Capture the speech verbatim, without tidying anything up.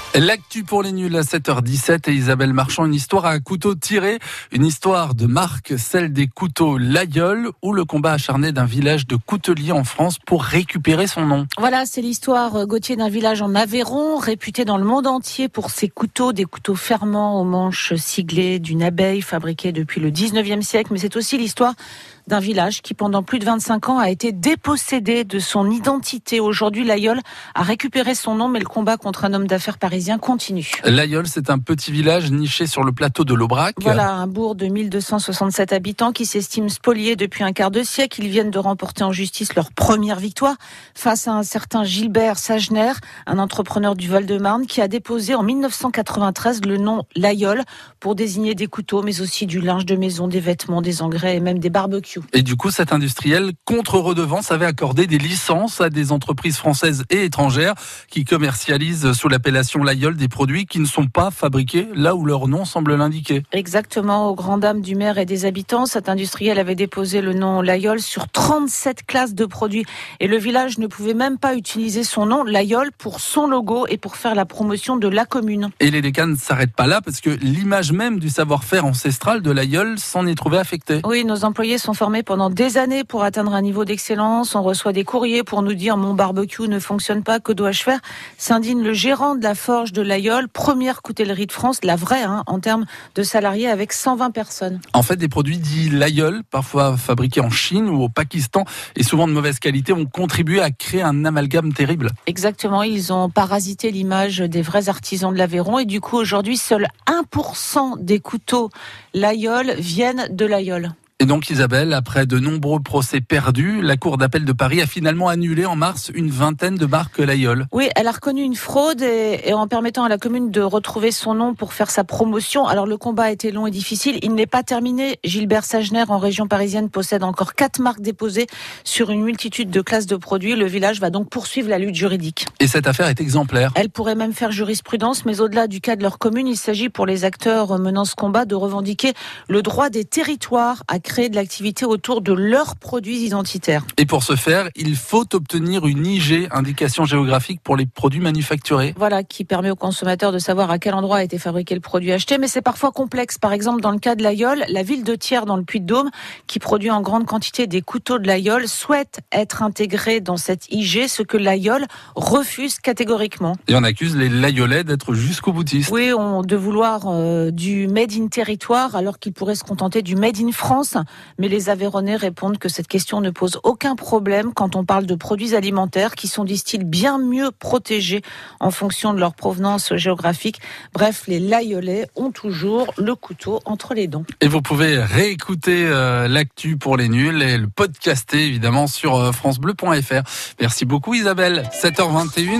L'actu pour les nuls à sept heures dix-sept et Isabelle Marchand, une histoire à couteau tiré, une histoire de marque, celle des couteaux Laguiole, ou le combat acharné d'un village de couteliers en France pour récupérer son nom. Voilà, c'est l'histoire, Gauthier, d'un village en Aveyron, réputé dans le monde entier pour ses couteaux, des couteaux fermants aux manches siglées d'une abeille fabriqués depuis le dix-neuvième siècle, mais c'est aussi l'histoire d'un village qui, pendant plus de vingt-cinq ans, a été dépossédé de son identité. Aujourd'hui, Laguiole a récupéré son nom, mais le combat contre un homme d'affaires parisien continue. Laguiole, c'est un petit village niché sur le plateau de l'Aubrac. Voilà, un bourg de mille deux cent soixante-sept habitants qui s'estime spolié depuis un quart de siècle. Ils viennent de remporter en justice leur première victoire face à un certain Gilbert Sagener, un entrepreneur du Val-de-Marne qui a déposé en mille neuf cent quatre-vingt-treize le nom Laguiole pour désigner des couteaux, mais aussi du linge de maison, des vêtements, des engrais et même des barbecues. Et du coup, cet industriel, contre redevance, avait accordé des licences à des entreprises françaises et étrangères qui commercialisent sous l'appellation Laguiole des produits qui ne sont pas fabriqués là où leur nom semble l'indiquer. Exactement, aux grandes dames du maire et des habitants, cet industriel avait déposé le nom Laguiole sur trente-sept classes de produits. Et le village ne pouvait même pas utiliser son nom Laguiole pour son logo et pour faire la promotion de la commune. Et les dégâts ne s'arrêtent pas là parce que l'image même du savoir-faire ancestral de Laguiole s'en est trouvée affectée. Oui, nos employés sont formés pendant des années pour atteindre un niveau d'excellence. On reçoit des courriers pour nous dire « mon barbecue ne fonctionne pas, que dois-je faire ?» S'indigne le gérant de la forge de Laguiole, première coutellerie de France, la vraie hein, en termes de salariés avec cent vingt personnes. En fait, des produits dits Laguiole, parfois fabriqués en Chine ou au Pakistan et souvent de mauvaise qualité, ont contribué à créer un amalgame terrible. Exactement, ils ont parasité l'image des vrais artisans de l'Aveyron et du coup aujourd'hui, seul un pour cent des couteaux Laguiole viennent de Laguiole. Et donc Isabelle, après de nombreux procès perdus, la Cour d'appel de Paris a finalement annulé en mars une vingtaine de marques Laguiole. Oui, elle a reconnu une fraude et, et en permettant à la commune de retrouver son nom pour faire sa promotion. Alors le combat a été long et difficile, il n'est pas terminé. Gilbert Sagener en région parisienne possède encore quatre marques déposées sur une multitude de classes de produits. Le village va donc poursuivre la lutte juridique. Et cette affaire est exemplaire. Elle pourrait même faire jurisprudence, mais au-delà du cas de leur commune, il s'agit pour les acteurs menant ce combat de revendiquer le droit des territoires à créer de l'activité autour de leurs produits identitaires. Et pour ce faire, il faut obtenir une I G, indication géographique pour les produits manufacturés. Voilà, qui permet aux consommateurs de savoir à quel endroit a été fabriqué le produit acheté, mais c'est parfois complexe. Par exemple, dans le cas de Laguiole, la ville de Thiers dans le Puy-de-Dôme, qui produit en grande quantité des couteaux de Laguiole, souhaite être intégrée dans cette I G, ce que Laguiole refuse catégoriquement. Et on accuse les Laguiolais d'être jusqu'au boutiste. Oui, on, de vouloir euh, du made in territoire, alors qu'ils pourraient se contenter du made in France. Mais les Aveyronnais répondent que cette question ne pose aucun problème quand on parle de produits alimentaires qui sont, disent-ils, bien mieux protégés en fonction de leur provenance géographique. Bref, les Laguiolais ont toujours le couteau entre les dents. Et vous pouvez réécouter euh, l'actu pour les nuls et le podcaster évidemment sur euh, francebleu point f r. Merci beaucoup Isabelle. sept heures vingt et une.